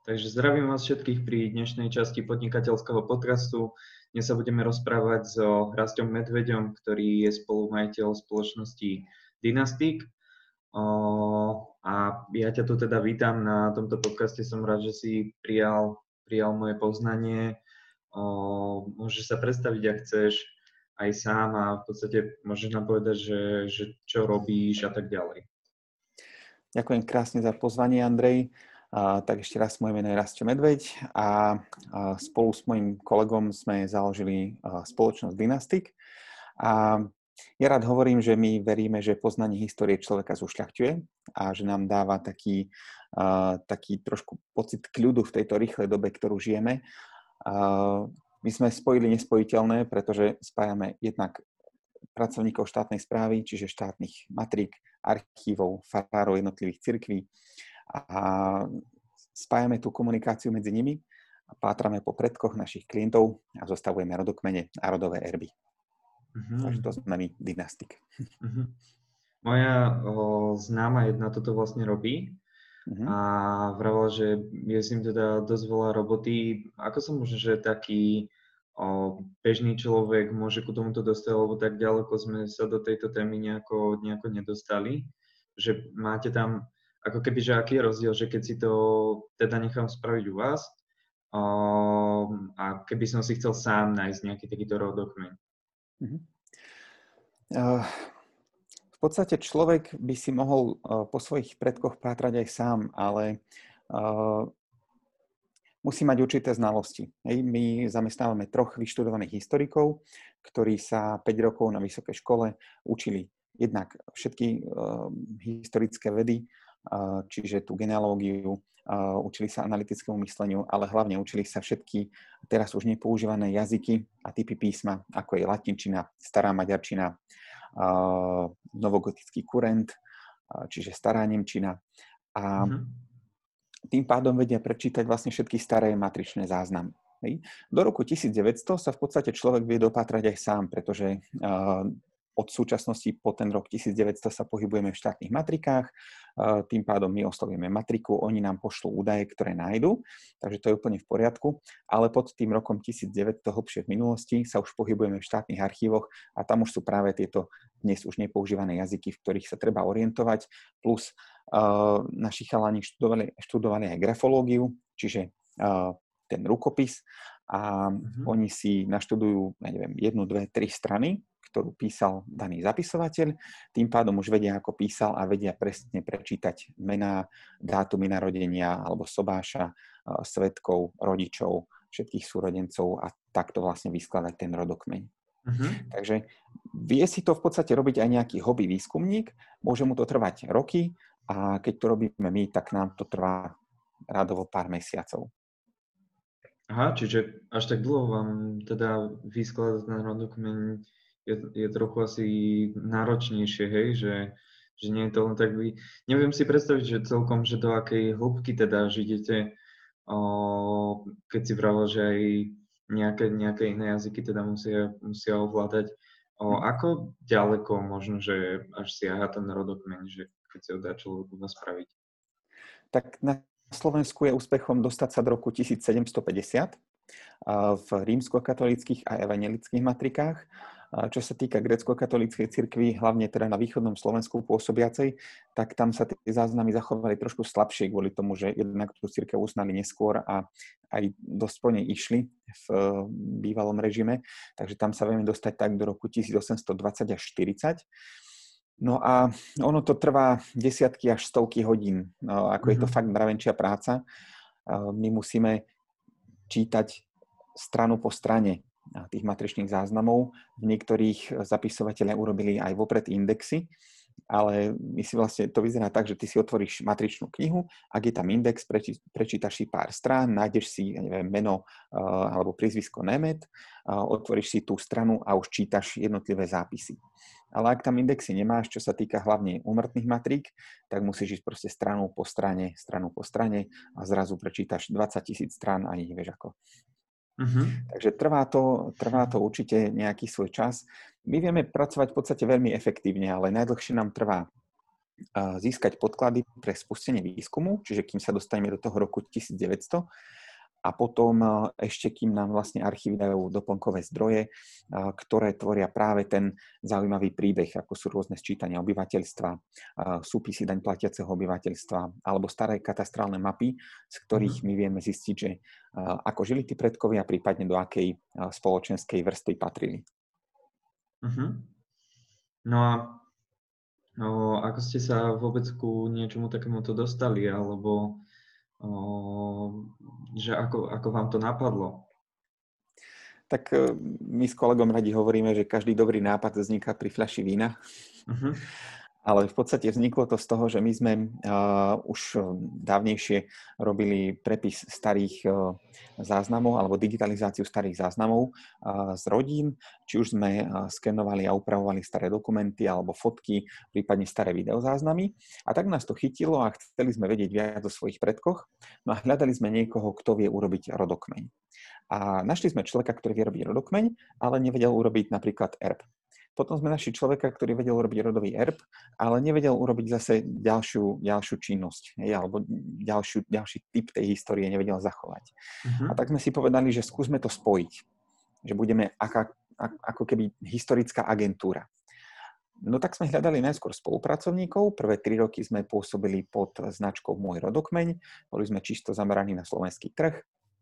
Takže zdravím vás všetkých pri dnešnej časti podnikateľského podcastu. Dnes sa budeme rozprávať so Rastom Medveďom, ktorý je spolumajiteľ spoločnosti Dynastic. A ja ťa tu teda vítam na tomto podcaste. Som rád, že si prijal moje poznanie. Môžeš sa predstaviť, ak chceš, aj sám a v podstate môžeš nám povedať, že čo robíš a tak ďalej. Ďakujem krásne za pozvanie, Andrej. Tak ešte raz, moje meno je Rastio Medveď a spolu s mojím kolegom sme založili spoločnosť Dynastic. A ja rád hovorím, že my veríme, že poznanie histórie človeka zušľachťuje a že nám dáva taký trošku pocit kľudu v tejto rýchlej dobe, ktorú žijeme. My sme spojili nespojiteľné, pretože spájame jednak pracovníkov štátnej správy, čiže štátnych matrík, archívov, farárov jednotlivých cirkví a spájame tú komunikáciu medzi nimi a pátrame po predkoch našich klientov a zostavujeme rodokmene a rodové erby. Takže to sme my Dynastic. Moja známa jedna toto vlastne robí a vravala, že je s ním teda dosť veľa roboty. Ako sa možno, že taký bežný človek môže ku tomuto dostať, lebo tak ďaleko sme sa do tejto témy nejako nedostali, že máte tam ako keby, že aký je rozdiel, že keď si to teda nechám spraviť u vás a keby som si chcel sám nájsť nejaký takýto rodokmeň. V podstate človek by si mohol po svojich predkoch pátrať aj sám, ale musí mať určité znalosti. My zamestnávame 3 vyštudovaných historikov, ktorí sa 5 rokov na vysokej škole učili jednak všetky historické vedy, čiže tú genealógiu, učili sa analytickému mysleniu, ale hlavne učili sa všetky teraz už nepoužívané jazyky a typy písma, ako je latinčina, stará maďarčina, novogotický kurent, čiže stará nemčina. A tým pádom vedia prečítať vlastne všetky staré matričné záznamy. Do roku 1900 sa v podstate človek vie dopátrať aj sám, pretože od súčasnosti po ten rok 1900 sa pohybujeme v štátnych matrikách, tým pádom my oslovíme matriku, oni nám pošlú údaje, ktoré nájdu, takže to je úplne v poriadku, ale pod tým rokom 1900 hlbšie v minulosti sa už pohybujeme v štátnych archívoch a tam už sú práve tieto dnes už nepoužívané jazyky, v ktorých sa treba orientovať, plus naši chalani študovali aj grafológiu, čiže ten rukopis a oni si naštudujú, ja neviem, 1, 2, 3 strany, ktorú písal daný zapisovateľ. Tým pádom už vedia, ako písal a vedia presne prečítať mená, dátumy narodenia alebo sobáša, svedkov, rodičov, všetkých súrodencov a takto vlastne vyskladať ten rodokmeň. Takže vie si to v podstate robiť aj nejaký hobby výskumník, môže mu to trvať roky a keď to robíme my, tak nám to trvá rádovo pár mesiacov. Aha, čiže až tak dlho vám teda vyskladať ten rodokmeň je trochu asi náročnejšie, hej, že nie je to len tak Neviem si predstaviť, že celkom, že do akej hĺbky teda žijete, keď si vravel, že aj nejaké iné jazyky teda musia ovládať. Ako ďaleko možno, že až siaha ten rodokmeň, že keď si ho dá človek spraviť? Tak na Slovensku je úspechom dostať sa do roku 1750 v rímskokatolíckych a evangelických matrikách. Čo sa týka grécko-katolíckej cirkvi, hlavne teda na východnom Slovensku pôsobiacej, tak tam sa tie záznamy zachovali trošku slabšie kvôli tomu, že jednak tú cirkev uznali neskôr a aj dosť po nej išli v bývalom režime. Takže tam sa vieme dostať tak do roku 1820 až 40. No a ono to trvá desiatky až stovky hodín. Ako je to fakt mravenčia práca. My musíme čítať stranu po strane tých matričných záznamov. V niektorých zapisovateľia urobili aj vopred indexy, ale my si vlastne to vyzerá tak, že ty si otvoríš matričnú knihu, ak je tam index, prečítaš si pár strán, nájdeš si, ja neviem, meno alebo prízvisko Nemet, otvoríš si tú stranu a už čítaš jednotlivé zápisy. Ale ak tam indexy nemáš, čo sa týka hlavne úmrtných matrík, tak musíš ísť proste stranu po strane a zrazu prečítaš 20 000 strán a ani nevieš ako. Takže trvá to určite nejaký svoj čas. My vieme pracovať v podstate veľmi efektívne, ale najdlhšie nám trvá získať podklady pre spustenie výskumu, čiže kým sa dostaneme do toho roku 1900, a potom ešte, kým nám vlastne archívy dajú doplnkové zdroje, ktoré tvoria práve ten zaujímavý príbeh, ako sú rôzne sčítania obyvateľstva, súpisy daň platiaceho obyvateľstva alebo staré katastrálne mapy, z ktorých my vieme zistiť, že ako žili tí predkovia, prípadne do akej spoločenskej vrstvy patrili. No a ako ste sa vôbec ku niečomu takémuto dostali, alebo že ako vám to napadlo? Tak my s kolegom radi hovoríme, že každý dobrý nápad vzniká pri fľaši vína. Ale v podstate vzniklo to z toho, že my sme už dávnejšie robili prepis starých záznamov alebo digitalizáciu starých záznamov z rodín, či už sme skenovali a upravovali staré dokumenty alebo fotky, prípadne staré videozáznamy. A tak nás to chytilo a chceli sme vedieť viac o svojich predkoch. No a hľadali sme niekoho, kto vie urobiť rodokmeň. A našli sme človeka, ktorý vie robiť rodokmeň, ale nevedel urobiť napríklad erb. Potom sme našli človeka, ktorý vedel urobiť rodový erb, ale nevedel urobiť zase ďalšiu činnosť, alebo ďalší typ tej histórie nevedel zachovať. A tak sme si povedali, že skúsme to spojiť, že budeme ako keby historická agentúra. No tak sme hľadali najskôr spolupracovníkov. Prvé 3 roky sme pôsobili pod značkou Môj rodokmeň. Boli sme čisto zameraní na slovenský trh.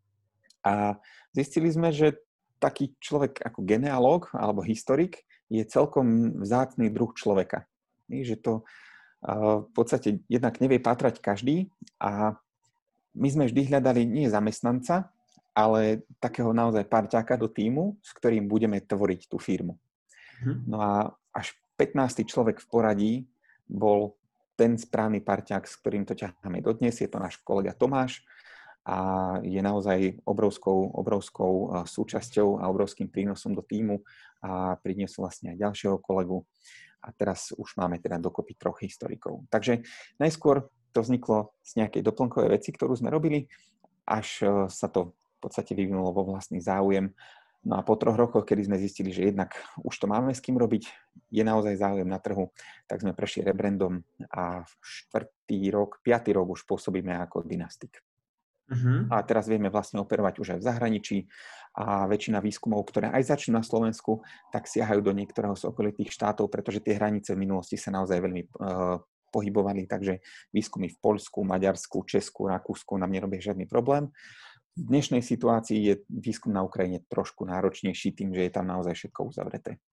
A zistili sme, že taký človek ako genealóg alebo historik je celkom vzácny druh človeka. Že to v podstate jednak nevie pátrať každý a my sme vždy hľadali nie zamestnanca, ale takého naozaj parťáka do tímu, s ktorým budeme tvoriť tú firmu. No a až 15. človek v poradí bol ten správny parťák, s ktorým to ťaháme dodnes. Je to náš kolega Tomáš a je naozaj obrovskou súčasťou a obrovským prínosom do tímu a priniesol vlastne aj ďalšieho kolegu a teraz už máme teda dokopy 3 historikov. Takže najskôr to vzniklo z nejakej doplnkovej veci, ktorú sme robili, až sa to v podstate vyvinulo vo vlastný záujem. No a po 3 rokoch, kedy sme zistili, že jednak už to máme s kým robiť, je naozaj záujem na trhu, tak sme prešli rebrandom a 5. rok už pôsobíme ako Dynastik. A teraz vieme vlastne operovať už aj v zahraničí a väčšina výskumov, ktoré aj začnú na Slovensku, tak siahajú do niektorého z okolitých štátov, pretože tie hranice v minulosti sa naozaj veľmi pohybovali, takže výskumy v Poľsku, Maďarsku, Česku, Rakúsku nám nerobia žiadny problém. V dnešnej situácii je výskum na Ukrajine trošku náročnejší tým, že je tam naozaj všetko uzavreté.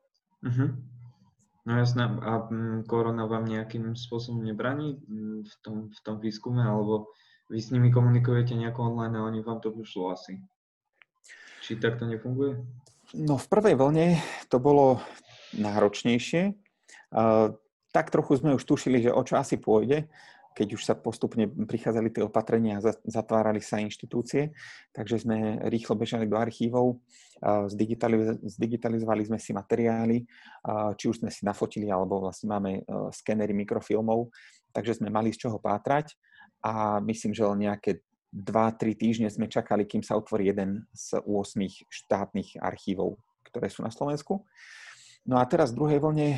No jasné. A korona vám nejakým spôsobom nebraní v tom výskume, alebo vy s nimi komunikujete nejako online a oni vám to pošlú asi? Či tak to nefunguje? No v prvej vlne to bolo náročnejšie. Tak trochu sme už tušili, že o čo asi pôjde, keď už sa postupne prichádzali tie opatrenia a zatvárali sa inštitúcie. Takže sme rýchlo bežali do archívov, zdigitalizovali sme si materiály, či už sme si nafotili, alebo vlastne máme skenery mikrofilmov, takže sme mali z čoho pátrať. A myslím, že len nejaké 2-3 týždne sme čakali, kým sa otvorí jeden z 8 štátnych archívov, ktoré sú na Slovensku. No a teraz v druhej vlne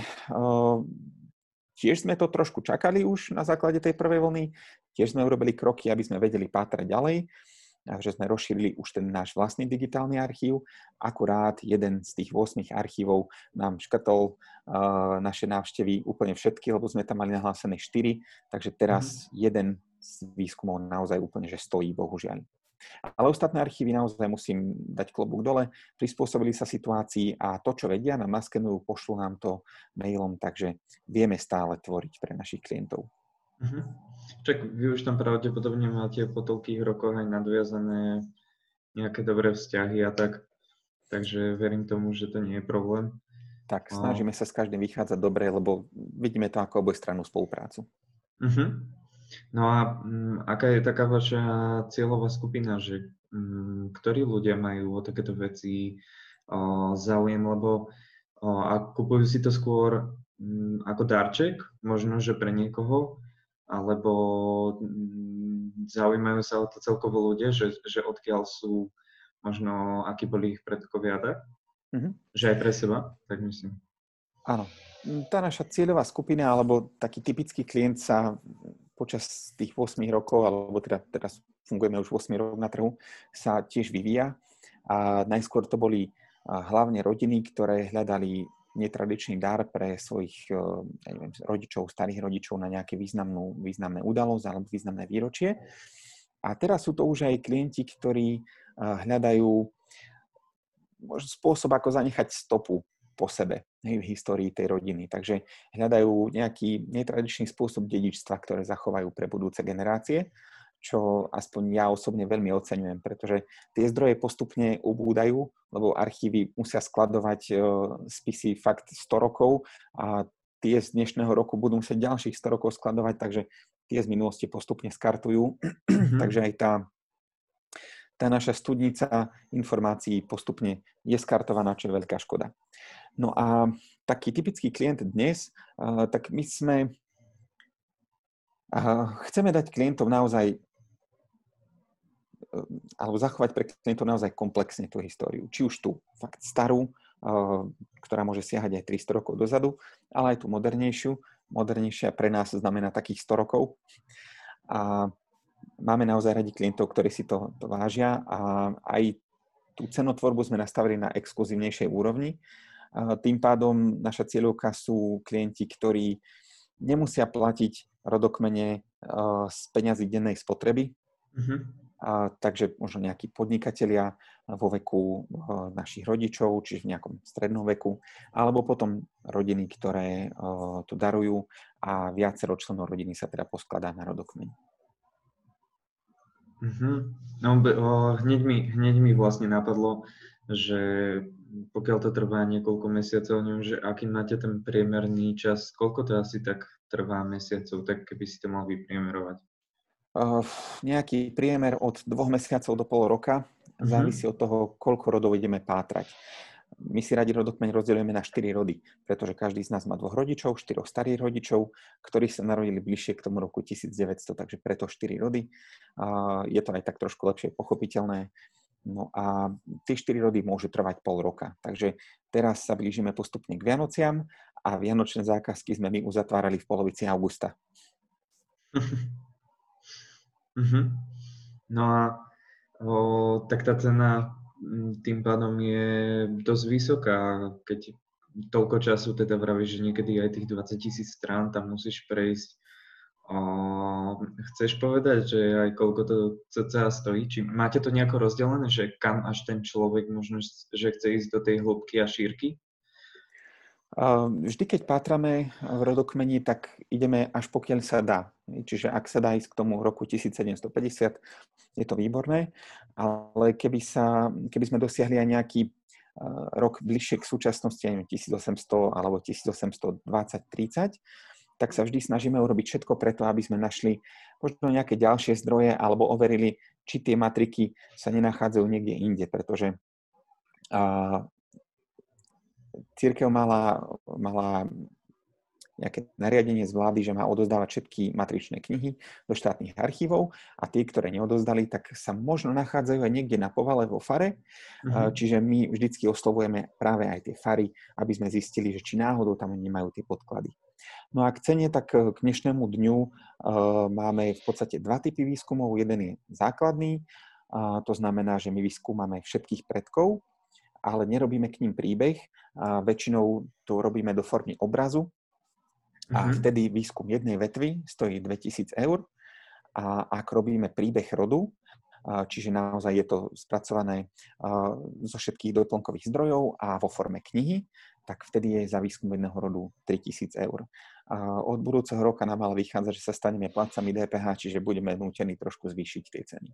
tiež sme to trošku čakali už na základe tej prvej vlny. Tiež sme urobili kroky, aby sme vedeli pátrať ďalej. Takže sme rozšírili už ten náš vlastný digitálny archív. Akurát jeden z tých 8 archívov nám škrtol naše návštevy úplne všetky, lebo sme tam mali nahlásené 4. Takže teraz jeden z výskumov naozaj úplne, že stojí, bohužiaľ. Ale ostatné archívy naozaj musím dať klobúk dole, prispôsobili sa situácii a to, čo vedia, nám naskenujú, pošlú nám to mailom, takže vieme stále tvoriť pre našich klientov. Čak vy už tam pravdepodobne máte po toľkých rokoch aj nadviazané nejaké dobré vzťahy a tak, takže verím tomu, že to nie je problém. Tak, snažíme sa s každým vychádzať dobre, lebo vidíme to ako obojstrannú spoluprácu. No a aká je taká vaša cieľová skupina, že ktorí ľudia majú o takéto veci záujem, lebo a kupujú si to skôr ako darček, možno, že pre niekoho, alebo zaujímajú sa o to celkovo ľudia, že odkiaľ sú, možno akí boli ich predkovia, tak? Že aj pre seba, tak myslím. Áno. Tá naša cieľová skupina, alebo taký typický klient sa počas tých 8 rokov, alebo teda teraz fungujeme už 8 rokov na trhu, sa tiež vyvíja. A najskôr to boli hlavne rodiny, ktoré hľadali netradičný dar pre svojich ja neviem, rodičov, starých rodičov na nejaké významné udalosť alebo významné výročie. A teraz sú to už aj klienti, ktorí hľadajú možno spôsob, ako zanechať stopu po sebe v histórii tej rodiny. Takže hľadajú nejaký netradičný spôsob dedičstva, ktoré zachovajú pre budúce generácie, čo aspoň ja osobne veľmi oceňujem, pretože tie zdroje postupne ubúdajú, lebo archívy musia skladovať spisy fakt 100 rokov a tie z dnešného roku budú musieť ďalších 100 rokov skladovať, takže tie z minulosti postupne skartujú. Takže aj tá naša studnica informácií postupne je skartovaná, čo je veľká škoda. No a taký typický klient dnes, tak my chceme dať klientov naozaj, alebo zachovať pre klientov naozaj komplexne tú históriu. Či už tú fakt starú, ktorá môže siahať aj 300 rokov dozadu, ale aj tú modernejšiu. Modernejšia pre nás znamená takých 100 rokov. A máme naozaj radi klientov, ktorí si to vážia a aj tú cenotvorbu sme nastavili na exkluzívnejšej úrovni. Tým pádom naša cieľovka sú klienti, ktorí nemusia platiť rodokmene z peňazí dennej spotreby. Takže možno nejakí podnikatelia vo veku našich rodičov, čiže v nejakom strednom veku, alebo potom rodiny, ktoré to darujú a viacero členov rodiny sa teda poskladá na rodokmeň. No, hneď mi vlastne napadlo, že pokiaľ to trvá niekoľko mesiacov, neviem, že aký máte ten priemerný čas, koľko to asi tak trvá mesiacov, tak keby si to mal vypriemerovať? Nejaký priemer od 2 mesiacov do pol roka, závisí od toho, koľko rodov ideme pátrať. My si radi rodokmeň rozdeľujeme na 4 rody, pretože každý z nás má 2 rodičov, 4 starých rodičov, ktorí sa narodili bližšie k tomu roku 1900, takže preto 4 rody. Je to aj tak trošku lepšie pochopiteľné. No a tie 4 rody môžu trvať pol roka. Takže teraz sa blížime postupne k Vianociam a vianočné zákazky sme my uzatvárali v polovici augusta. No a tak tá cena tým pádom je dosť vysoká, keď toľko času teda vravíš, že niekedy aj tých 20 000 strán tam musíš prejsť. Chceš povedať, že aj koľko to cca stojí? Či máte to nejako rozdelené, že kam až ten človek možno, že chce ísť do tej hĺbky a šírky? Vždy, keď pátrame v rodokmeni, tak ideme až pokiaľ sa dá. Čiže ak sa dá ísť k tomu roku 1750, je to výborné, ale keby sme dosiahli aj nejaký rok bližšie k súčasnosti, 1800 alebo 1820-30, tak sa vždy snažíme urobiť všetko preto, aby sme našli možno nejaké ďalšie zdroje alebo overili, či tie matriky sa nenachádzajú niekde inde, pretože cirkev mala nejaké nariadenie z vlády, že má odozdávať všetky matričné knihy do štátnych archívov a tie, ktoré neodozdali, tak sa možno nachádzajú aj niekde na povale vo fare. Čiže my vždycky oslovujeme práve aj tie fary, aby sme zistili, že či náhodou tam nemajú tie podklady. No a k cene, tak k dnešnému dňu máme v podstate 2 typy výskumov. Jeden je základný, to znamená, že my vyskúmame všetkých predkov, ale nerobíme k ním príbeh. Väčšinou to robíme do formy obrazu a vtedy výskum jednej vetvy stojí 2000 eur. A ak robíme príbeh rodu, čiže naozaj je to spracované zo všetkých doplnkových zdrojov a vo forme knihy, tak vtedy je za výskum jedného rodu 3000 eur. Od budúceho roka nám ale vychádza, že sa staneme platcami DPH, čiže budeme nútení trošku zvýšiť tie ceny.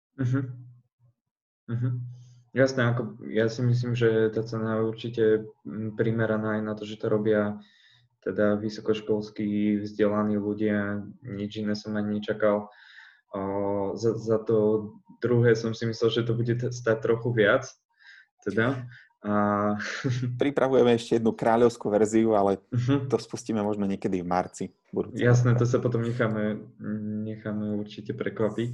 Jasné, ja si myslím, že tá cena je určite primeraná aj na to, že to robia teda vysokoškolskí vzdelaní ľudia, nič iné som ani nečakal. Za to druhé som si myslel, že to bude stať trochu viac. Teda. Pripravujeme ešte jednu kráľovskú verziu, ale to spustíme možno niekedy v marci. Jasné, to sa potom necháme určite prekvapiť.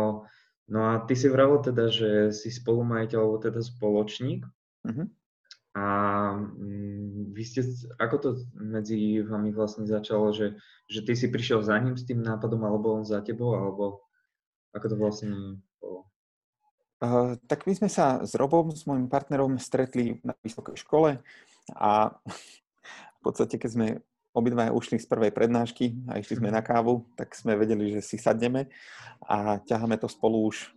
No a ty si vravel teda, že si spolumajiteľ alebo teda spoločník. A vy ste, ako to medzi vami vlastne začalo, že ty si prišiel za ním s tým nápadom, alebo on za tebou, alebo ako to vlastne bolo? Tak my sme sa s Robom, s môjim partnerom, stretli na vysokej škole a v podstate, keď sme obidva ušli z prvej prednášky a išli sme na kávu, tak sme vedeli, že si sadneme a ťaháme to spolu už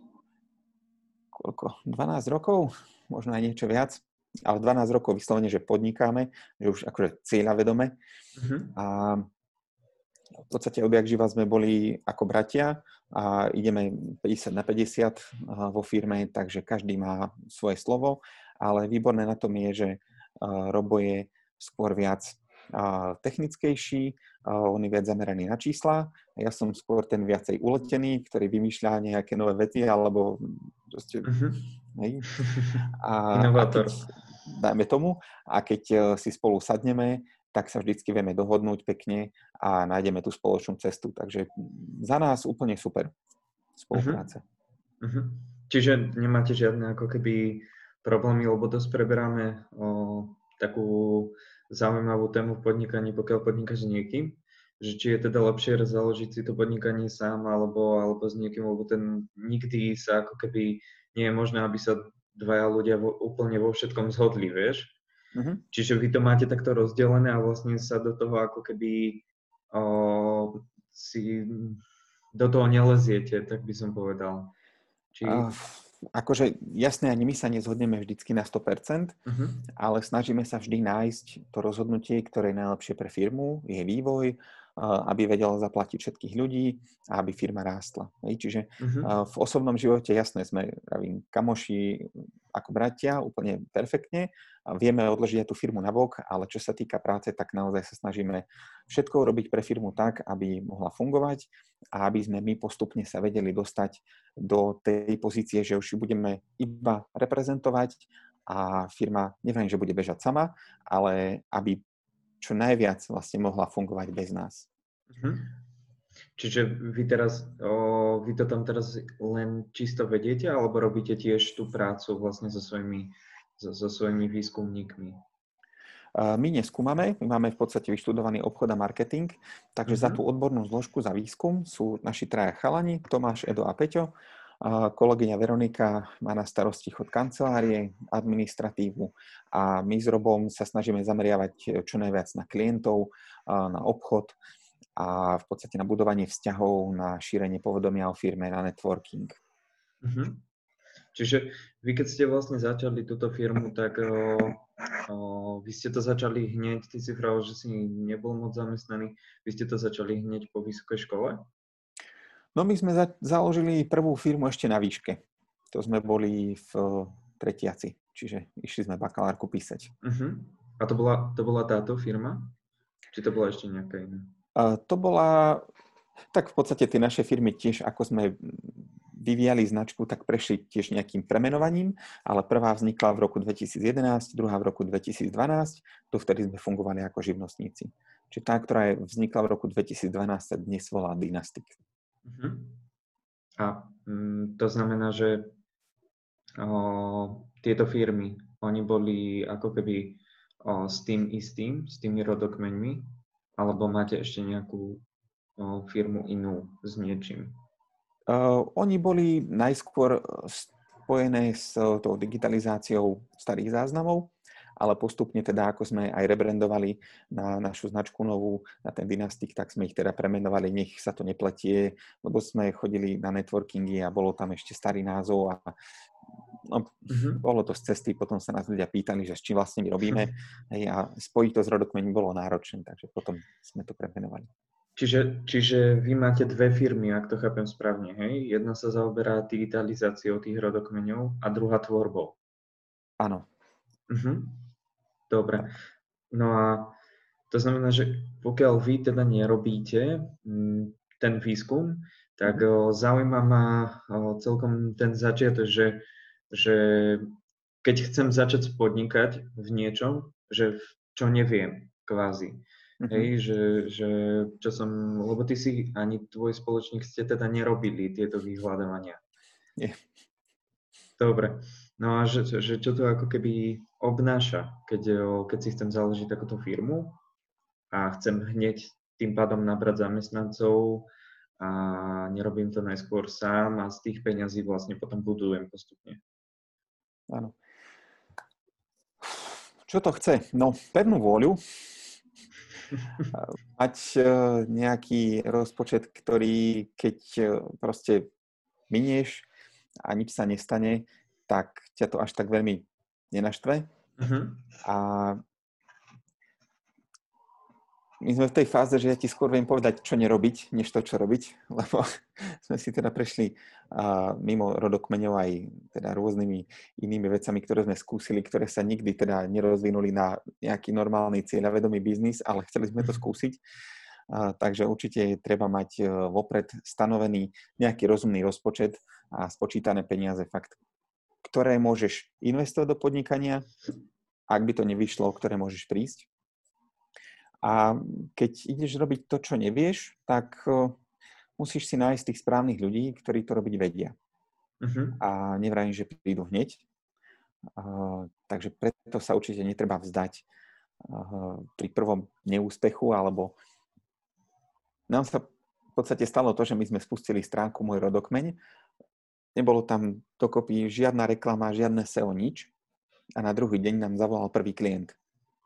12 rokov, možno aj niečo viac, ale 12 rokov vyslovene, že podnikáme, že už akože cieľavedome. A v podstate odjak živa sme boli ako bratia a ideme 50/50 vo firme, takže každý má svoje slovo, ale výborné na tom je, že Robo je skôr viac technickejší, on je viac zameraný na čísla, ja som skôr ten viacej uletený, ktorý vymýšľa nejaké nové vety, alebo proste, hej. Inovátor. Dajme tomu, a keď si spolu sadneme, tak sa vždycky vieme dohodnúť pekne a nájdeme tú spoločnú cestu. Takže za nás úplne super spolupráca. Čiže nemáte žiadne ako keby problémy, lebo dosť preberáme takú zaujímavú tému v podnikaní, pokiaľ podnikáš s niekým, že či je teda lepšie založiť si to podnikanie sám alebo s niekým, lebo ten nikdy sa ako keby nie je možné, aby sa dvaja ľudia úplne vo všetkom zhodli, vieš? Čiže vy to máte takto rozdelené a vlastne sa do toho ako keby si do toho neleziete, tak by som povedal. Akože jasné, ani my sa nezhodneme vždycky na 100%, ale snažíme sa vždy nájsť to rozhodnutie, ktoré je najlepšie pre firmu, jej vývoj, aby vedela zaplatiť všetkých ľudí a aby firma rástla. Čiže v osobnom živote, jasné, sme kamoši ako bratia, úplne perfektne, a vieme odložiť tú firmu nabok, ale čo sa týka práce, tak naozaj sa snažíme všetko robiť pre firmu tak, aby mohla fungovať a aby sme my postupne sa vedeli dostať do tej pozície, že už ju budeme iba reprezentovať a firma, neviem, že bude bežať sama, ale aby čo najviac vlastne mohla fungovať bez nás. Čiže vy to tam teraz len čisto vediete, alebo robíte tiež tú prácu vlastne so svojimi výskumníkmi? My neskúmame, my máme v podstate vyštudovaný obchod a marketing, takže za tú odbornú zložku, za výskum sú naši traja chalani, Tomáš, Edo a Peťo. Kolegyňa Veronika má na starosti chod kancelárie, administratívu a my s Robom sa snažíme zameriavať čo najviac na klientov, na obchod a v podstate na budovanie vzťahov, na šírenie povedomia o firme, na networking. Čiže vy keď ste vlastne začali túto firmu, tak vy ste to začali hneď, ty si vravel, že si nebol moc zamestnaný, vy ste to začali hneď po vysokej škole? No my sme založili prvú firmu ešte na výške. To sme boli v tretiaci, čiže išli sme bakalárku písať. A to bola táto firma? Či to bola ešte nejaká iná? To bola, tak v podstate tie naše firmy tiež, ako sme vyvíjali značku, tak prešli tiež nejakým premenovaním, ale prvá vznikla v roku 2011, druhá v roku 2012, dovtedy sme fungovali ako živnostníci. Čiže tá, ktorá vznikla v roku 2012, sa dnes volá Dynastic. A to znamená, že tieto firmy, oni boli ako keby s tým istým, s tými rodokmeňmi, alebo máte ešte nejakú firmu inú s niečím? Oni boli najskôr spojené s tou digitalizáciou starých záznamov, ale postupne teda, ako sme aj rebrandovali na našu značku novú, na ten Dynastic, tak sme ich teda premenovali, nech sa to nepletie, lebo sme chodili na networkingy a bolo tam ešte starý názov a bolo to z cesty, potom sa nás ľudia pýtali, že s čím vlastne my robíme, a spojiť to s rodokmeň bolo náročné, takže potom sme to premenovali. Čiže vy máte dve firmy, ak to chápem správne, hej? Jedna sa zaoberá digitalizáciou tých rodokmeňov a druhá tvorbou. Áno. Dobre. No a to znamená, že pokiaľ vy teda nerobíte ten výskum, tak zaujíma ma celkom ten začiatok, že keď chcem začať podnikať v niečom, že čo neviem, kvázi. Hej, že čo lebo ty si ani tvoj spoločník ste teda nerobili tieto vyhľadávania. Nie. Dobre. No a že čo to ako keby obnáša, keď si chcem založiť takúto firmu a chcem hneď tým pádom nabrať zamestnancov a nerobím to najskôr sám a z tých peňazí vlastne potom budujem postupne. Áno. Čo to chce? No, pevnú vôľu, mať nejaký rozpočet, ktorý keď proste minieš a nič sa nestane, tak ťa to až tak veľmi nenaštve. A my sme v tej fáze, že ja ti skôr viem povedať, čo nerobiť, než to, čo robiť, lebo sme si teda prešli mimo rodokmeňov aj teda rôznymi inými vecami, ktoré sme skúsili, ktoré sa nikdy teda nerozvinuli na nejaký normálny cieľavedomý biznis, ale chceli sme to skúsiť. Takže určite treba mať vopred stanovený nejaký rozumný rozpočet a spočítané peniaze fakt, ktoré môžeš investovať do podnikania, ak by to nevyšlo, ktoré môžeš prísť. A keď ideš robiť to, čo nevieš, tak musíš si nájsť tých správnych ľudí, ktorí to robiť vedia. A nevrajím, že prídu hneď. Takže preto sa určite netreba vzdať pri prvom neúspechu, alebo nám sa v podstate stalo to, že my sme spustili stránku Môj rodokmeň. Nebolo tam dokopy žiadna reklama, žiadne SEO, nič. A na druhý deň nám zavolal prvý klient.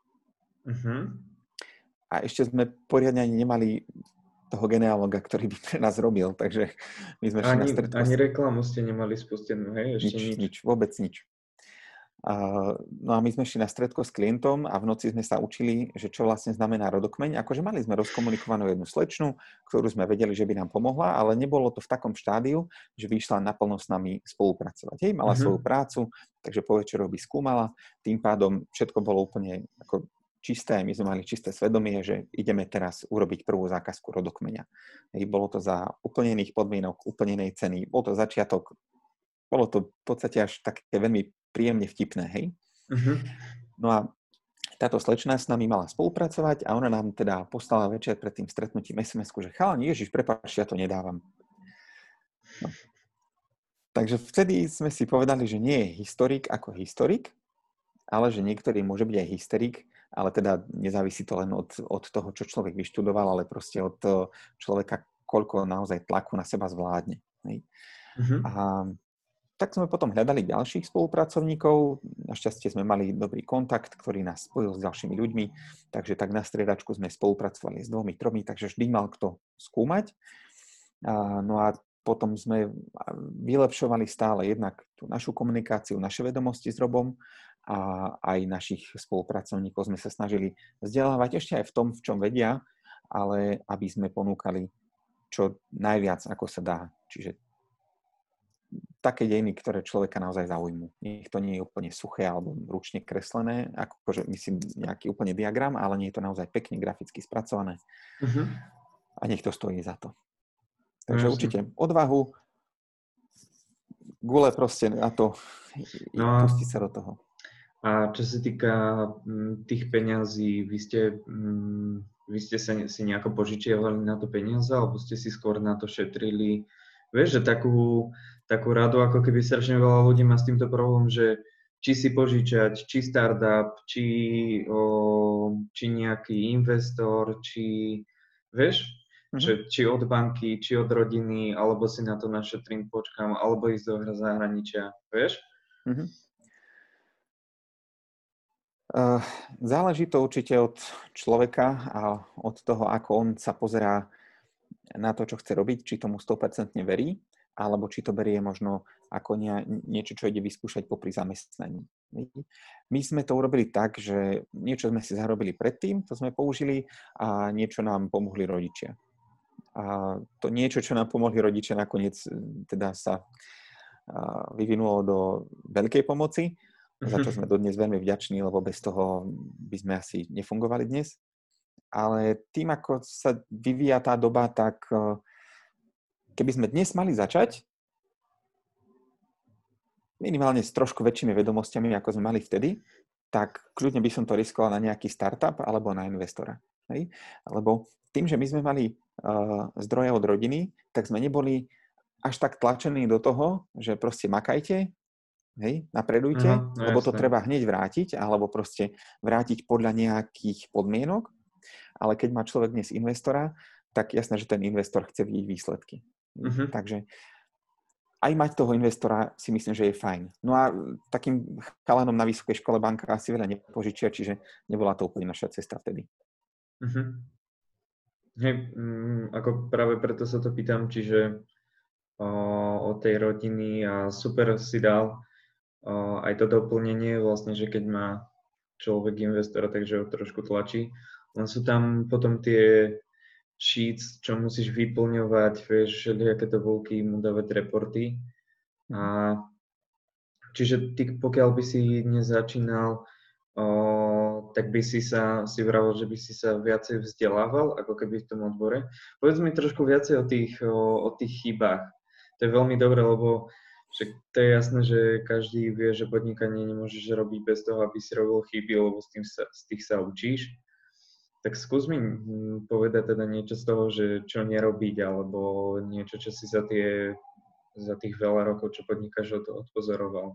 A ešte sme poriadne ani nemali toho genealóga, ktorý by pre nás robil, takže my sme šli na stretku. Ani reklamu ste nemali spustenú, hej? Ešte nič, vôbec nič. No a my sme šli na stretko s klientom a v noci sme sa učili, že čo vlastne znamená rodokmeň. Akože mali sme rozkomunikovanú jednu slečnu, ktorú sme vedeli, že by nám pomohla, ale nebolo to v takom štádiu, že by išla naplno s nami spolupracovať. Hej, mala svoju prácu, takže po večeroch by skúmala, tým pádom všetko bolo úplne ako čisté, my sme mali čisté svedomie, že ideme teraz urobiť prvú zákazku rodokmeňa. Bolo to za úplnených podmienok, úplnenej ceny, bol to začiatok, bolo to v podstate až také veľmi príjemne vtipné, hej. No a táto slečna s nami mala spolupracovať a ona nám teda poslala večer pred tým stretnutím SMS-ku, že chalani, ježiš, prepáč, ja to nedávam. No. Takže vtedy sme si povedali, že nie je historik ako historik, ale že niektorý môže byť aj hysterik, ale teda nezávisí to len od toho, čo človek vyštudoval, ale proste od človeka, koľko naozaj tlaku na seba zvládne. A tak sme potom hľadali ďalších spolupracovníkov. Našťastie sme mali dobrý kontakt, ktorý nás spojil s ďalšími ľuďmi, takže tak na striedačku sme spolupracovali s 2-3, takže vždy mal kto skúmať. No a potom sme vylepšovali stále jednak tú našu komunikáciu, naše vedomosti s Robom a aj našich spolupracovníkov sme sa snažili vzdelávať ešte aj v tom, v čom vedia, ale aby sme ponúkali čo najviac, ako sa dá. Čiže také dejiny, ktoré človeka naozaj zaujmú. Nech to nie je úplne suché alebo ručne kreslené, akože myslím nejaký úplne diagram, ale nie je to naozaj pekne graficky spracované. A nech to stojí za to. Takže určite odvahu, gule proste na to, pustiť sa do toho. A čo sa týka tých peňazí, vy ste sa si nejako požičiavali na to peniaze, alebo ste si skôr na to šetrili? Vieš, že takú radu, ako keby strašne veľa ľudí má s týmto problém, že či si požičať, či startup, či nejaký investor, či vieš, že či od banky, či od rodiny, alebo si na to našetrím, počkám, alebo ísť do zahraničia, vieš? Záleží to určite od človeka a od toho, ako on sa pozerá na to, čo chce robiť, či tomu 100% verí, alebo či to berie možno ako niečo, čo ide vyskúšať popri zamestnaní. My sme to urobili tak, že niečo sme si zarobili predtým, to sme použili a niečo nám pomohli rodičia. A to niečo, čo nám pomohli rodičia, nakoniec teda sa vyvinulo do veľkej pomoci, za čo sme dodnes veľmi vďační, lebo bez toho by sme asi nefungovali dnes. Ale tým, ako sa vyvíja tá doba, tak keby sme dnes mali začať, minimálne s trošku väčšími vedomosťami, ako sme mali vtedy, tak kľudne by som to riskoval na nejaký startup alebo na investora. Hej? Lebo tým, že my sme mali zdroje od rodiny, tak sme neboli až tak tlačení do toho, že proste makajte hej, napredujte, Aha, no lebo to jasné. treba hneď vrátiť, alebo proste vrátiť podľa nejakých podmienok, ale keď má človek dnes investora, tak jasné, že ten investor chce vidieť výsledky. Mhm. Takže aj mať toho investora si myslím, že je fajn. No a takým chalanom na vysokej škole banka asi veľa nepožičia, čiže nebola to úplne naša cesta vtedy. Mhm. Hej, ako práve preto sa to pýtam, čiže od tej rodiny a super si dal aj to doplnenie vlastne, že keď má človek investora, takže ho trošku tlačí. Len sú tam potom tie sheets, čo musíš vyplňovať, vieš, všelijaké tabulky, mu dávať reporty. A čiže ty, pokiaľ by si dnes začínal, tak by si vravel, že by si sa viacej vzdelával, ako keby v tom odbore. Povedz mi trošku viacej o tých chybách. To je veľmi dobré, lebo však to je jasné, že každý vie, že podnikanie nemôžeš robiť bez toho, aby si robil chyby, lebo z tých sa učíš. Tak skús mi povedať teda niečo z toho, že čo nerobiť, alebo niečo, čo si za tých veľa rokov, čo podnikáš, odpozoroval.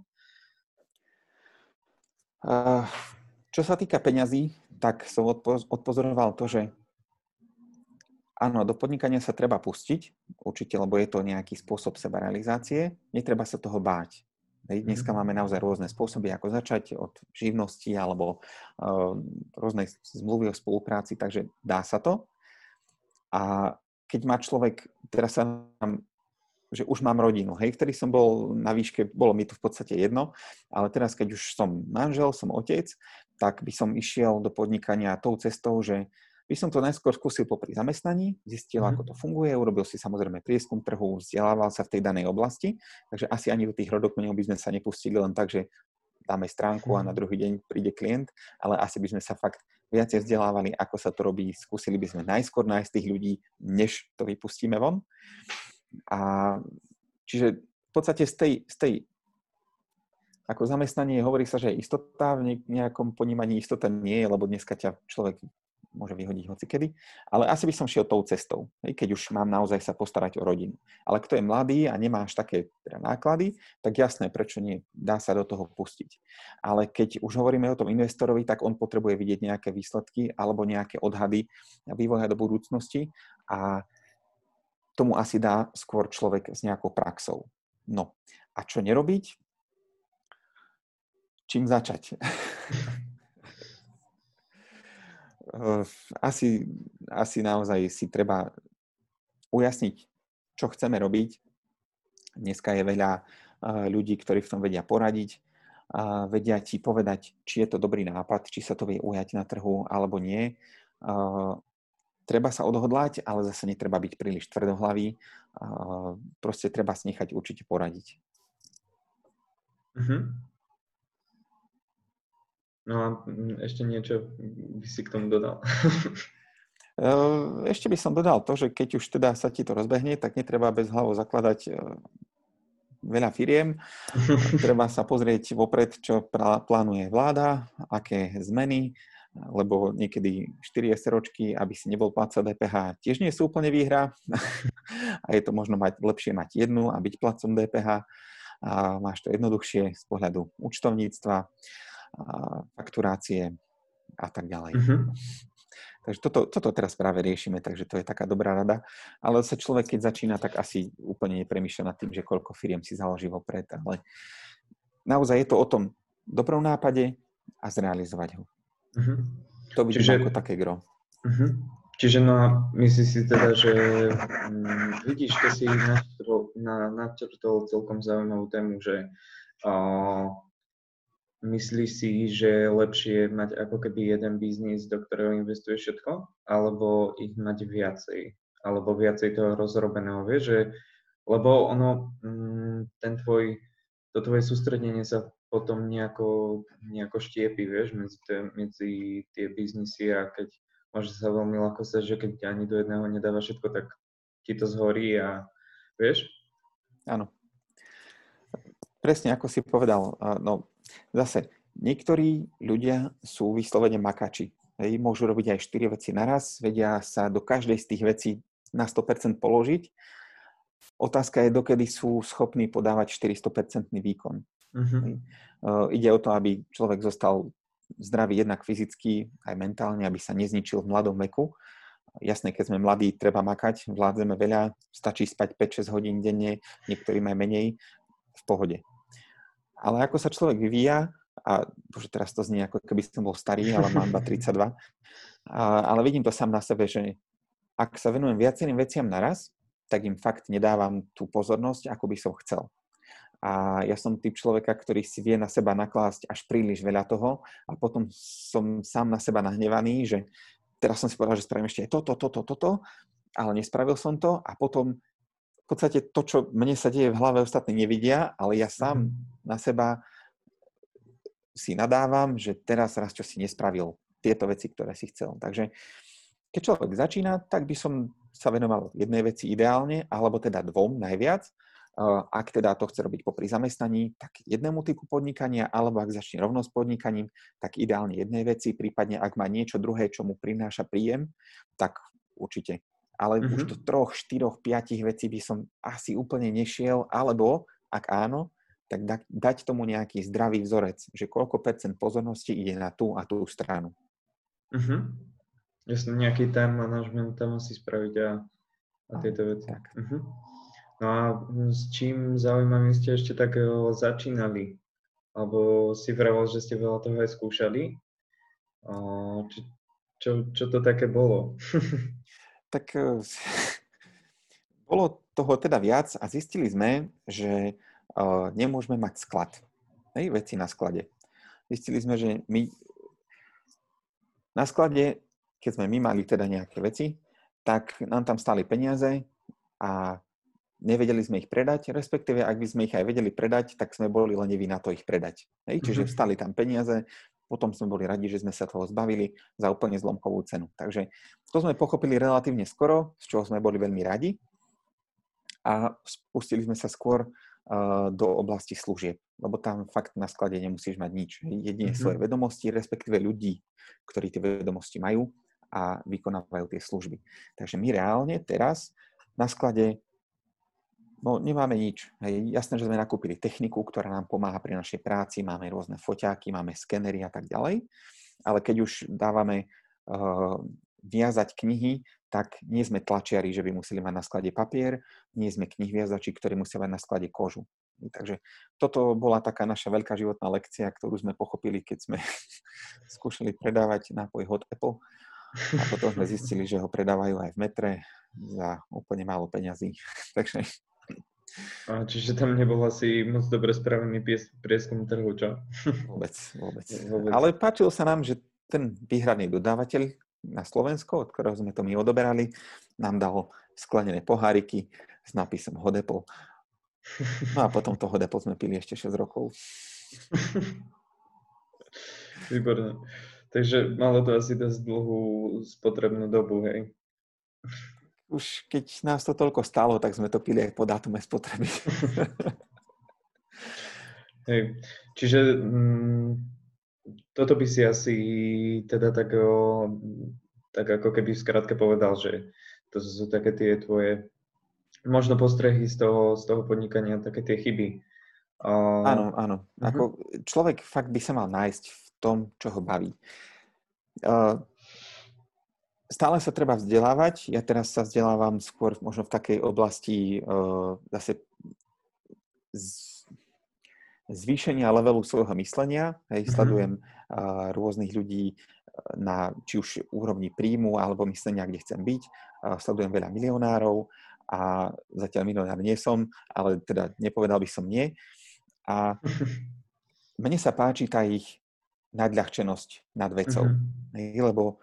Čo sa týka peňazí, tak som odpozoroval to, že áno, do podnikania sa treba pustiť, určite, lebo je to nejaký spôsob sebarealizácie. Netreba sa toho báť. Dneska máme naozaj rôzne spôsoby, ako začať, od živnosti alebo rôznej zmluvy o spolupráci, takže dá sa to. A keď má človek, teraz sa nám, že už mám rodinu, hej, vtedy som bol na výške, bolo mi to v podstate jedno, ale teraz, keď už som manžel, som otec, tak by som išiel do podnikania tou cestou, že by som to najskôr skúsil popri zamestnaní, zistil, ako to funguje, urobil si samozrejme prieskum trhu, vzdelával sa v tej danej oblasti, takže asi ani do tých rodokmeňov by sme sa nepustili len tak, že dáme stránku a na druhý deň príde klient, ale asi by sme sa fakt viacej vzdelávali, ako sa to robí, skúsili by sme najskôr nájsť tých ľudí, než to vypustíme von. A čiže v podstate z tej ako zamestnanie hovorí sa, že je istota, v nejakom ponímaní istota nie je, lebo dneska ťa človek môže vyhodiť hocikedy, ale asi by som šiel tou cestou, keď už mám naozaj sa postarať o rodinu. Ale kto je mladý a nemá až také náklady, tak jasné, prečo nie, dá sa do toho pustiť. Ale keď už hovoríme o tom investorovi, tak on potrebuje vidieť nejaké výsledky alebo nejaké odhady vývoja do budúcnosti a tomu asi dá skôr človek s nejakou praxou. No a čo nerobiť? Čím začať? Asi naozaj si treba ujasniť, čo chceme robiť. Dneska je veľa ľudí, ktorí v tom vedia poradiť, vedia ti povedať, či je to dobrý nápad, či sa to vie ujať na trhu alebo nie. Treba sa odhodlať, ale zase netreba byť príliš tvrdohlavý. Proste treba si nechať určite poradiť. No a ešte niečo by si k tomu dodal? Ešte by som dodal to, že keď už teda sa ti to rozbehne, tak netreba bez hlavo zakladať veľa firiem. Treba sa pozrieť vopred, čo plánuje vláda, aké zmeny, lebo niekedy 4 SROčky, aby si nebol plácať DPH, tiež nie sú úplne výhra. A je to možno lepšie mať jednu a byť platcom DPH. A máš to jednoduchšie z pohľadu účtovníctva, fakturácie a tak ďalej. Takže toto teraz práve riešime, takže to je taká dobrá rada. Ale sa človek, keď začína, tak asi úplne nepremýšľa nad tým, že koľko firiem si založí vopred, ale naozaj je to o tom dobrom nápade a zrealizovať ho. To vidím ako také gro. Čiže no a myslíš si teda, že vidíš, že si načrtol celkom zaujímavú tému, že myslíš si, že je lepšie mať ako keby jeden biznis, do ktorého investuješ všetko, alebo ich mať viacej, alebo viacej toho rozrobeného, vieš, že, lebo ono, to tvoje sústredenie sa potom nejako štiepi, vieš, medzi tie biznisy a keď môže sa veľmi ľahko stať, že keď ani do jedného nedáva všetko, tak ti to zhorí a vieš? Áno. Presne ako si povedal, no zase niektorí ľudia sú vyslovene makači. Môžu robiť aj 4 veci naraz, vedia sa do každej z tých vecí na 100% položiť. Otázka je, dokedy sú schopní podávať 400% výkon. Mhm. Ide o to, aby človek zostal zdravý jednak fyzicky, aj mentálne, aby sa nezničil v mladom veku. Jasné, keď sme mladí, treba makať, vládzeme veľa, stačí spať 5-6 hodín denne, niektorí aj menej, v pohode. Ale ako sa človek vyvíja, a bože, teraz to znie ako keby som bol starý, ale mám iba 32, ale vidím to sám na sebe, že ak sa venujem viacerým veciam naraz, tak im fakt nedávam tú pozornosť, ako by som chcel. A ja som typ človeka, ktorý si vie na seba naklásť až príliš veľa toho a potom som sám na seba nahnevaný, že teraz som si povedal, že spravím ešte toto, ale nespravil som to a potom v podstate to, čo mne sa deje v hlave, ostatní nevidia, ale ja sám na seba si nadávam, že teraz raz čo si nespravil tieto veci, ktoré si chcel. Takže keď človek začína, tak by som sa venoval jednej veci ideálne, alebo teda dvom najviac. Ak teda to chce robiť popri zamestnaní, tak jednému typu podnikania, alebo ak začne rovno s podnikaním, tak ideálne jednej veci, prípadne ak má niečo druhé, čo mu prináša príjem, tak určite. Ale už do 3, 4, 5 vecí by som asi úplne nešiel, alebo ak áno, tak dať tomu nejaký zdravý vzorec, že koľko percent pozornosti ide na tú a tú stranu. Jasne, nejaký time management tam asi spraviť a tieto veci. Tak. No a s čím zaujímavým ste ešte tak začínali? Alebo si vravel, že ste veľa toho aj skúšali? Čo to také bolo? Tak bolo toho teda viac a zistili sme, že nemôžeme mať sklad. Veci na sklade. Zistili sme, že my na sklade, keď sme my mali teda nejaké veci, tak nám tam stáli peniaze a nevedeli sme ich predať, respektíve ak by sme ich aj vedeli predať, tak sme boli leniví na to ich predať. Čiže stáli tam peniaze, potom sme boli radi, že sme sa toho zbavili za úplne zlomkovú cenu. Takže to sme pochopili relatívne skoro, z čoho sme boli veľmi radi a spustili sme sa skôr do oblasti služieb, lebo tam fakt na sklade nemusíš mať nič. Jedine svoje vedomosti, respektíve ľudí, ktorí tie vedomosti majú a vykonávajú tie služby. Takže my reálne teraz na sklade nemáme nič. Jasné, že sme nakúpili techniku, ktorá nám pomáha pri našej práci, máme rôzne foťáky, máme skenery a tak ďalej, ale keď už dávame viazať knihy, tak nie sme tlačiari, že by museli mať na sklade papier, nie sme knihviazači, ktorí musia mať na sklade kožu. Takže toto bola taká naša veľká životná lekcia, ktorú sme pochopili, keď sme skúšali predávať nápoj Hot Apple a potom sme zistili, že ho predávajú aj v metre za úplne málo peňazí. Takže čiže tam nebol asi moc dobre spravený prieskum trhu, čo? Vôbec. Ale páčilo sa nám, že ten výhradný dodávateľ na Slovensko, od ktorého sme to my odoberali, nám dal sklenené poháriky s nápisom Hot Apple. No a potom to Hot Apple sme pili ešte 6 rokov. Výborné. Takže malo to asi dosť dlhú spotrebnú dobu, hej? Už keď nás to toľko stálo, tak sme to pili aj po dátume spotreby. Hej, čiže toto by si asi teda tak ako keby v skratke povedal, že to sú také tie tvoje možno postrehy z toho podnikania, také tie chyby. Áno. Ako človek fakt by sa mal nájsť v tom, čo ho baví. Stále sa treba vzdelávať. Ja teraz sa vzdelávam skôr možno v takej oblasti zase zvýšenia levelu svojho myslenia. Sledujem rôznych ľudí na či už úrovni príjmu alebo myslenia, kde chcem byť. Sledujem veľa milionárov a zatiaľ milionár nie som, ale teda nepovedal by som nie. A mne sa páči tá ich nadľahčenosť nad vecou. Lebo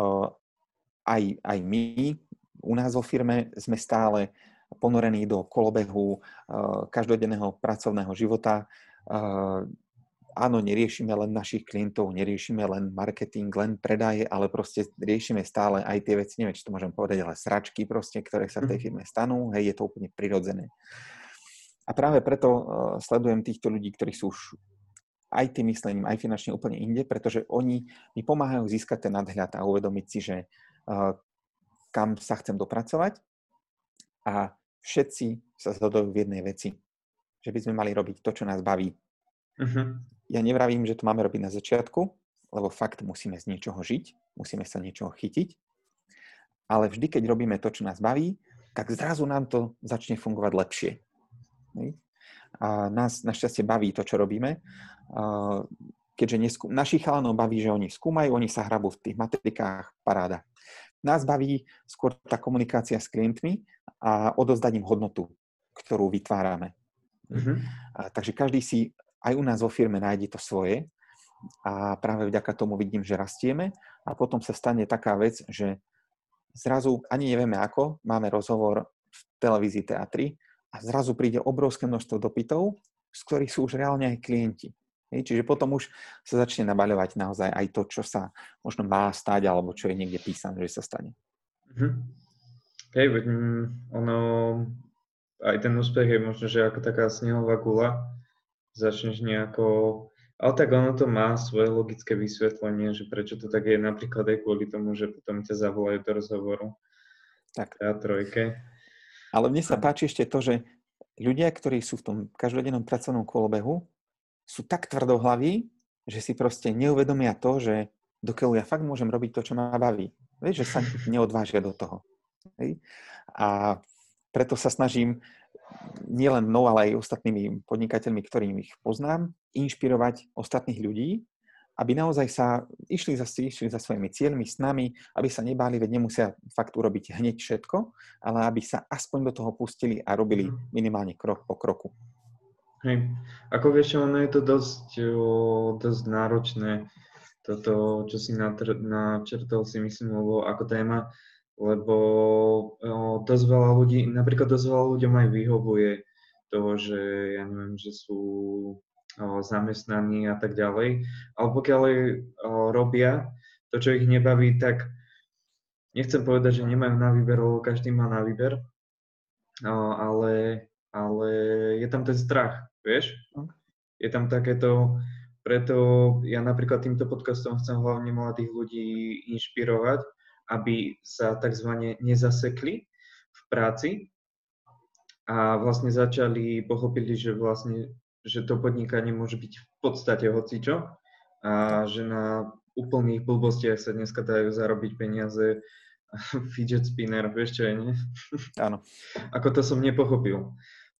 aj my u nás vo firme sme stále ponorení do kolobehu každodenného pracovného života. Áno, neriešime len našich klientov, neriešime len marketing, len predaje, ale proste riešime stále aj tie veci, neviem, či to môžem povedať, ale sračky proste, ktoré sa v tej firme stanú, je to úplne prirodzené. A práve preto sledujem týchto ľudí, ktorí sú už aj tým myslením, aj finančne úplne inde, pretože oni mi pomáhajú získať ten nadhľad a uvedomiť si, že kam sa chcem dopracovať a všetci sa zhodujú v jednej veci, že by sme mali robiť to, čo nás baví. Mhm. Ja nevravím, že to máme robiť na začiatku, lebo fakt musíme z niečoho žiť, musíme sa niečoho chytiť, ale vždy, keď robíme to, čo nás baví, tak zrazu nám to začne fungovať lepšie. A nás našťastie baví to, čo robíme, keďže našich chalanov baví, že oni skúmajú, oni sa hrabú v tých matrikách, paráda. Nás baví skôr tá komunikácia s klientmi a odozdať im hodnotu, ktorú vytvárame. Takže každý si aj u nás vo firme nájde to svoje a práve vďaka tomu vidím, že rastieme a potom sa stane taká vec, že zrazu ani nevieme ako, máme rozhovor v televízii TA3 a zrazu príde obrovské množstvo dopytov, z ktorých sú už reálne aj klienti. Čiže potom už sa začne nabaľovať naozaj aj to, čo sa možno má stať, alebo čo je niekde písané, že sa stane. Hej, ono, aj ten úspech je možno, že ako taká snehová gula. Začneš nejako... Ale tak ono to má svoje logické vysvetlenie, že prečo to tak je, napríklad aj kvôli tomu, že potom ťa zavolajú do rozhovoru. Tak. A trojke. Ale mne sa páči ešte to, že ľudia, ktorí sú v tom každodennom pracovnom kolobehu, sú tak tvrdohlaví, že si proste neuvedomia to, že dokiaľ ja fakt môžem robiť to, čo ma baví. Vieš, že sa neodvážia do toho. A preto sa snažím nielen mnou, ale aj ostatnými podnikateľmi, ktorým ich poznám, inšpirovať ostatných ľudí, aby naozaj sa išli za svojimi cieľmi, snami, aby sa nebáli, veď nemusia fakt urobiť hneď všetko, ale aby sa aspoň do toho pustili a robili minimálne krok po kroku. Hej. Ako vieš, ono je to dosť náročné, toto, čo si načrtol, si myslím, lebo ako téma, lebo dosť veľa ľudí, napríklad dosť veľa ľuďom aj vyhovuje toho, že ja neviem, že sú zamestnaní a tak ďalej, ale pokiaľ robia to, čo ich nebaví, tak nechcem povedať, že nemajú na výber, lebo každý má na výber, ale je tam ten strach, vieš? Je tam takéto, preto ja napríklad týmto podcastom chcem hlavne mladých ľudí inšpirovať, aby sa takzvané nezasekli v práci a vlastne pochopili, že to podnikanie môže byť v podstate hocičo a že na úplných blbostiach sa dneska dajú zarobiť peniaze. Fidget spinner, vieš čo je, nie? Áno. Ako to som nepochopil.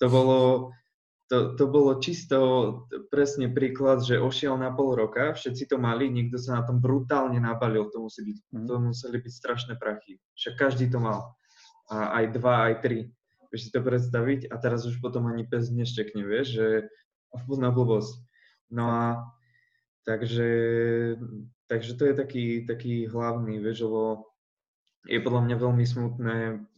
To bolo čisto presne príklad, že ošiel na pol roka, všetci to mali, niekto sa na tom brutálne nabalil, to museli byť strašné prachy. Však každý to mal. A aj 2, aj 3. Vieš si to predstaviť? A teraz už potom ani pes neštekne, vieš, že na blbosť. No a takže to je taký hlavný, vieš, lebo je podľa mňa veľmi smutné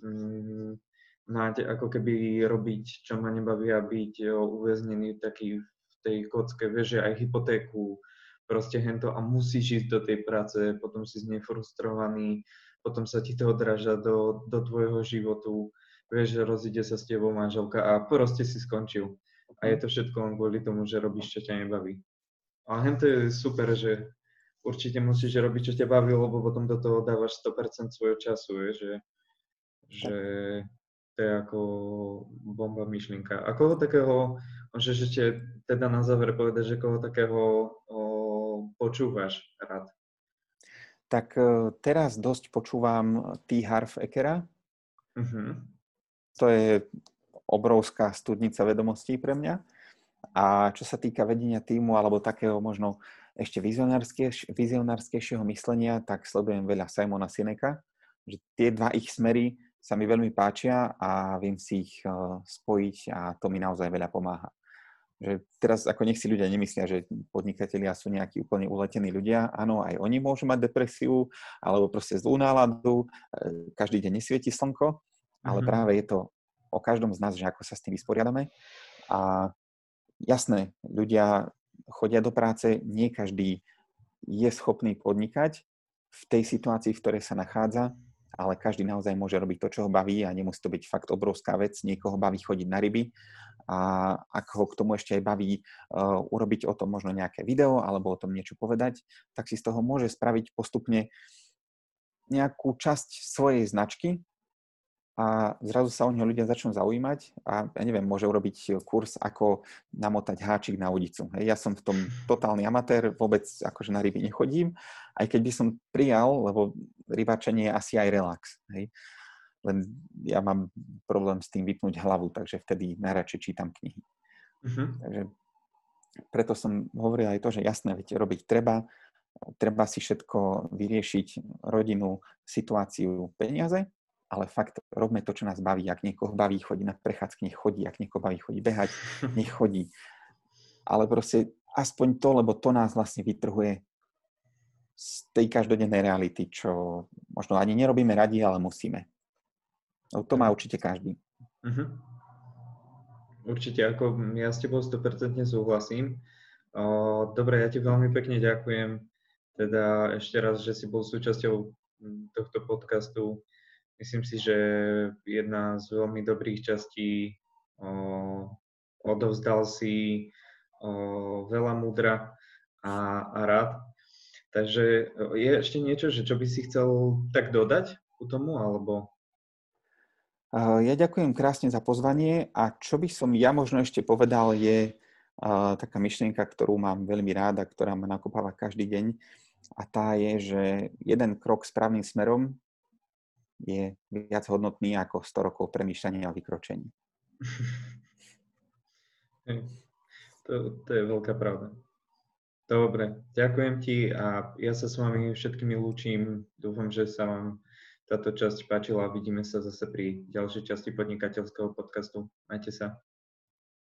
mať ako keby robiť, čo ma nebaví a byť uväznený taký v tej kocke, vieš, že aj hypotéku, proste hento a musíš ísť do tej práce, potom si z nej frustrovaný, potom sa ti to odráža do tvojho životu, vieš, že rozíde sa s tebou manželka a proste si skončil. A je to všetko len kvôli tomu, že robíš, čo ťa nebaví. A hento je super, že určite musíš robiť, čo ťa baví, lebo potom do toho dávaš 100% svojho času, vieš, že to je ako bomba myšlienka. A koho takého, môžeš ešte teda na záver povedať, že koho takého počúvaš rád? Tak teraz dosť počúvam T. Harv Ekera. To je obrovská studnica vedomostí pre mňa. A čo sa týka vedenia tímu alebo takého možno ešte vizionárskejšieho myslenia, tak sledujem veľa Simona Sineka. Že tie dva ich smery sa mi veľmi páčia a viem si ich spojiť a to mi naozaj veľa pomáha. Že teraz ako nech si ľudia nemyslia, že podnikatelia sú nejakí úplne uletení ľudia. Áno, aj oni môžu mať depresiu alebo proste zlú náladu. Každý deň nesvieti slnko, ale práve je to o každom z nás, že ako sa s tým vysporiadame. A jasné, ľudia chodia do práce, nie každý je schopný podnikať v tej situácii, v ktorej sa nachádza, ale každý naozaj môže robiť to, čo ho baví a nemusí to byť fakt obrovská vec. Niekoho baví chodiť na ryby a ak ho k tomu ešte aj baví urobiť o tom možno nejaké video alebo o tom niečo povedať, tak si z toho môže spraviť postupne nejakú časť svojej značky a zrazu sa o neho ľudia začnú zaujímať a ja neviem, môže urobiť kurz, ako namotať háčik na udicu. Hej, ja som v tom totálny amatér, vôbec akože na ryby nechodím, aj keď by som prijal, lebo rybačenie je asi aj relax. Hej. Len ja mám problém s tým vypnúť hlavu, takže vtedy najradšej čítam knihy. Takže preto som hovoril aj to, že jasné, viete, robiť treba si všetko vyriešiť, rodinu, situáciu, peniaze, ale fakt robme to, čo nás baví. Ak niekoho baví chodiť na prechádzky, nech chodí. Ak niekoho baví chodí behať, nech chodí. Ale proste aspoň to, lebo to nás vlastne vytrhuje z tej každodennej reality, čo možno ani nerobíme radi, ale musíme. No, to má určite každý. Určite, ako ja s tebou 100% súhlasím. Dobre, ja ti veľmi pekne ďakujem. Teda ešte raz, že si bol súčasťou tohto podcastu. Myslím si, že jedna z veľmi dobrých častí, odovzdal si veľa múdra a rád. Takže je ešte niečo, že čo by si chcel tak dodať ku tomu, alebo? Ja ďakujem krásne za pozvanie a čo by som ja možno ešte povedal je taká myšlienka, ktorú mám veľmi rád a ktorá ma nakopáva každý deň a tá je, že jeden krok správnym smerom je viac hodnotný ako 100 rokov premýšľania a vykročení. To je veľká pravda. Dobre, ďakujem ti a ja sa s vami všetkými lúčim. Dúfam, že sa vám táto časť páčila a vidíme sa zase pri ďalšej časti podnikateľského podcastu. Majte sa.